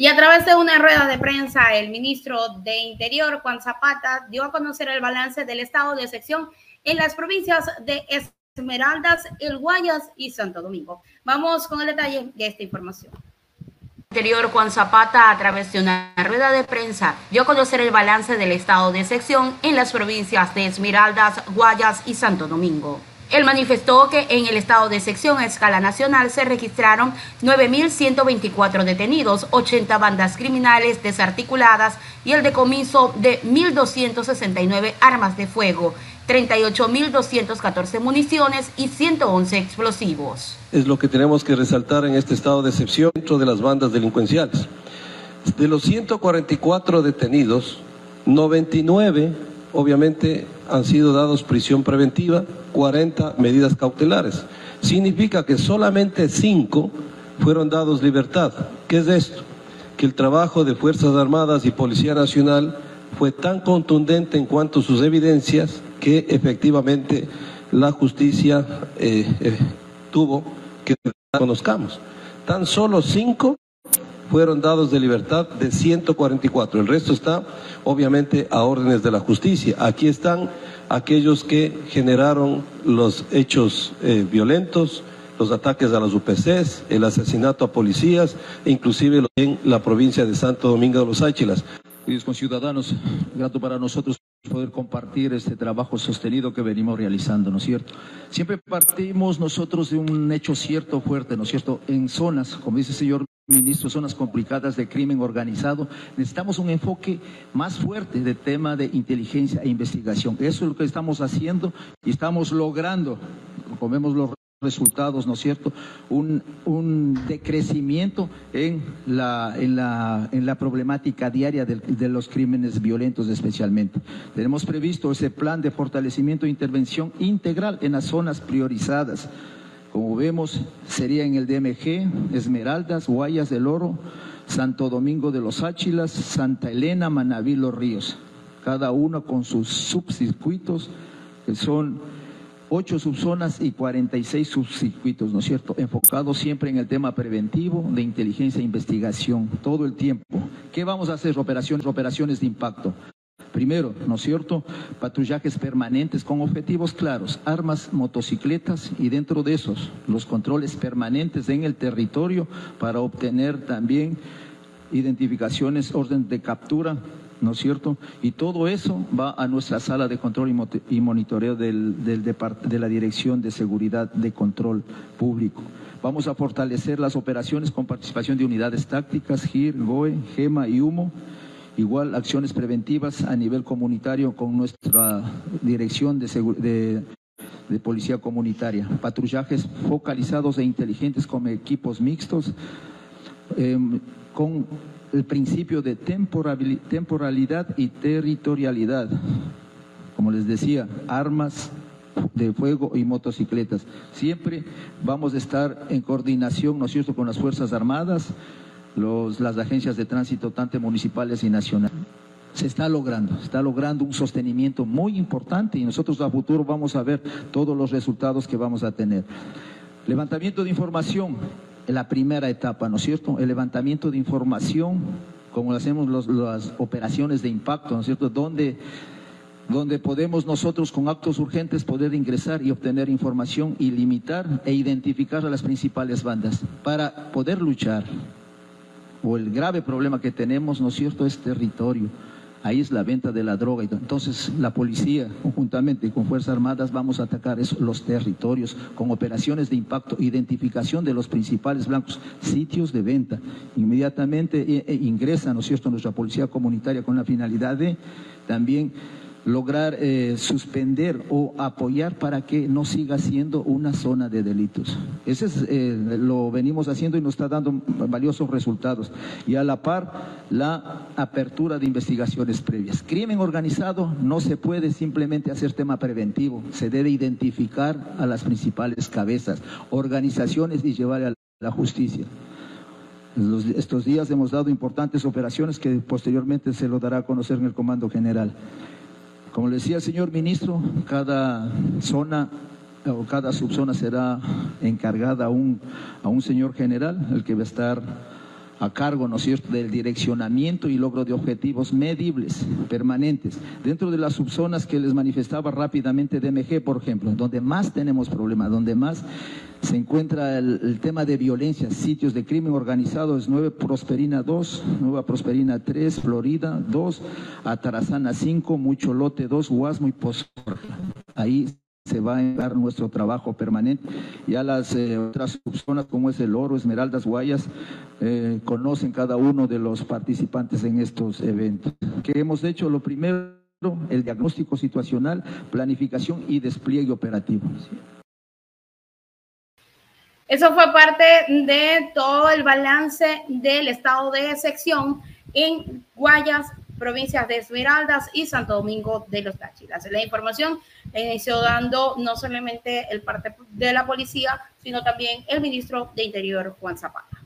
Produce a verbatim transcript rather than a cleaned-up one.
Y a través de una rueda de prensa, el ministro de Interior, Juan Zapata, dio a conocer el balance del estado de excepción en las provincias de Esmeraldas, El Guayas y Santo Domingo. Vamos con el detalle de esta información. Interior Juan Zapata, a través de una rueda de prensa, dio a conocer el balance del estado de excepción en las provincias de Esmeraldas, Guayas y Santo Domingo. Él manifestó que en el estado de excepción a escala nacional se registraron nueve mil ciento veinticuatro detenidos, ochenta bandas criminales desarticuladas y el decomiso de mil doscientas sesenta y nueve armas de fuego, treinta y ocho mil doscientas catorce municiones y ciento once explosivos. Es lo que tenemos que resaltar en este estado de excepción dentro de las bandas delincuenciales. De los ciento cuarenta y cuatro detenidos, noventa y nueve obviamente han sido dados prisión preventiva, cuarenta medidas cautelares. Significa que solamente cinco fueron dados libertad. ¿Qué es esto? Que el trabajo de Fuerzas Armadas y Policía Nacional fue tan contundente en cuanto a sus evidencias que efectivamente la justicia eh, eh, tuvo que conozcamos. Tan solo cinco fueron dados de libertad de ciento cuarenta y cuatro. El resto está obviamente a órdenes de la justicia. Aquí están aquellos que generaron los hechos eh, violentos, los ataques a las U P Cs, el asesinato a policías, e inclusive en la provincia de Santo Domingo de los Áchilas. Queridos conciudadanos, grato para nosotros poder compartir este trabajo sostenido que venimos realizando, ¿no es cierto? Siempre partimos nosotros de un hecho cierto, fuerte, ¿no es cierto? En zonas, como dice el señor ministro, zonas complicadas de crimen organizado, necesitamos un enfoque más fuerte de tema de inteligencia e investigación. Eso es lo que estamos haciendo y estamos logrando, como vemos los resultados, ¿no es cierto?, un, un decrecimiento en la, en, la, en la problemática diaria de, de los crímenes violentos especialmente. Tenemos previsto ese plan de fortalecimiento e intervención integral en las zonas priorizadas. Como vemos, sería en el D M G, Esmeraldas, Guayas del Oro, Santo Domingo de los Áchilas, Santa Elena, Manabí, Los Ríos. Cada uno con sus subcircuitos, que son ocho subzonas y cuarenta y seis subcircuitos, ¿no es cierto? Enfocados siempre en el tema preventivo, de inteligencia e investigación, todo el tiempo. ¿Qué vamos a hacer? Operaciones, operaciones de impacto. Primero, ¿no es cierto?, patrullajes permanentes con objetivos claros, armas, motocicletas y dentro de esos los controles permanentes en el territorio para obtener también identificaciones, orden de captura, ¿no es cierto? Y todo eso va a nuestra sala de control y monitoreo del, del de la Dirección de Seguridad de Control Público. Vamos a fortalecer las operaciones con participación de unidades tácticas, G I R, G O E, GEMA y HUMO. Igual acciones preventivas a nivel comunitario con nuestra Dirección de, de, de Policía Comunitaria. Patrullajes focalizados e inteligentes con equipos mixtos, eh, con el principio de temporalidad y territorialidad. Como les decía, armas de fuego y motocicletas. Siempre vamos a estar en coordinación, ¿no es cierto?, con las Fuerzas Armadas, los, las agencias de tránsito, tanto municipales y nacionales. Se está logrando, se está logrando un sostenimiento muy importante y nosotros a futuro vamos a ver todos los resultados que vamos a tener. Levantamiento de información. La primera etapa, ¿no es cierto?, el levantamiento de información, como hacemos los, las operaciones de impacto, ¿no es cierto?, donde, donde podemos nosotros con actos urgentes poder ingresar y obtener información y limitar e identificar a las principales bandas para poder luchar. O el grave problema que tenemos, ¿no es cierto?, es territorio. Ahí es la venta de la droga. Entonces la policía, conjuntamente con Fuerzas Armadas, vamos a atacar eso, los territorios con operaciones de impacto, identificación de los principales blancos, sitios de venta. Inmediatamente eh, eh, ingresa, ¿no es cierto?, nuestra policía comunitaria con la finalidad de también lograr eh, suspender o apoyar para que no siga siendo una zona de delitos. Ese es, eh, lo venimos haciendo y nos está dando valiosos resultados. Y a la par, la apertura de investigaciones previas. Crimen organizado no se puede simplemente hacer tema preventivo, se debe identificar a las principales cabezas, organizaciones y llevar a la justicia. Estos días hemos dado importantes operaciones que posteriormente se lo dará a conocer en el Comando General. Como le decía el señor ministro, cada zona o cada subzona será encargada a un, a un señor general, el que va a estar a cargo, ¿no es cierto?, del direccionamiento y logro de objetivos medibles, permanentes. Dentro de las subzonas que les manifestaba rápidamente D M G, por ejemplo, donde más tenemos problemas, donde más se encuentra el, el tema de violencia, sitios de crimen organizado, es Nueva Prosperina dos, Nueva Prosperina tres, Florida dos, Atarazana cinco, Mucho Lote dos, Guasmo y Pozorra. Ahí se va a dar nuestro trabajo permanente. Ya las eh, otras subzonas como es el Oro, Esmeraldas, Guayas, eh, conocen cada uno de los participantes en estos eventos. ¿Qué hemos hecho? Lo primero, el diagnóstico situacional, planificación y despliegue operativo. Eso fue parte de todo el balance del estado de excepción en Guayas, provincias de Esmeraldas y Santo Domingo de los Táchiras. La información la inició dando no solamente el parte de la policía, sino también el ministro de Interior, Juan Zapata.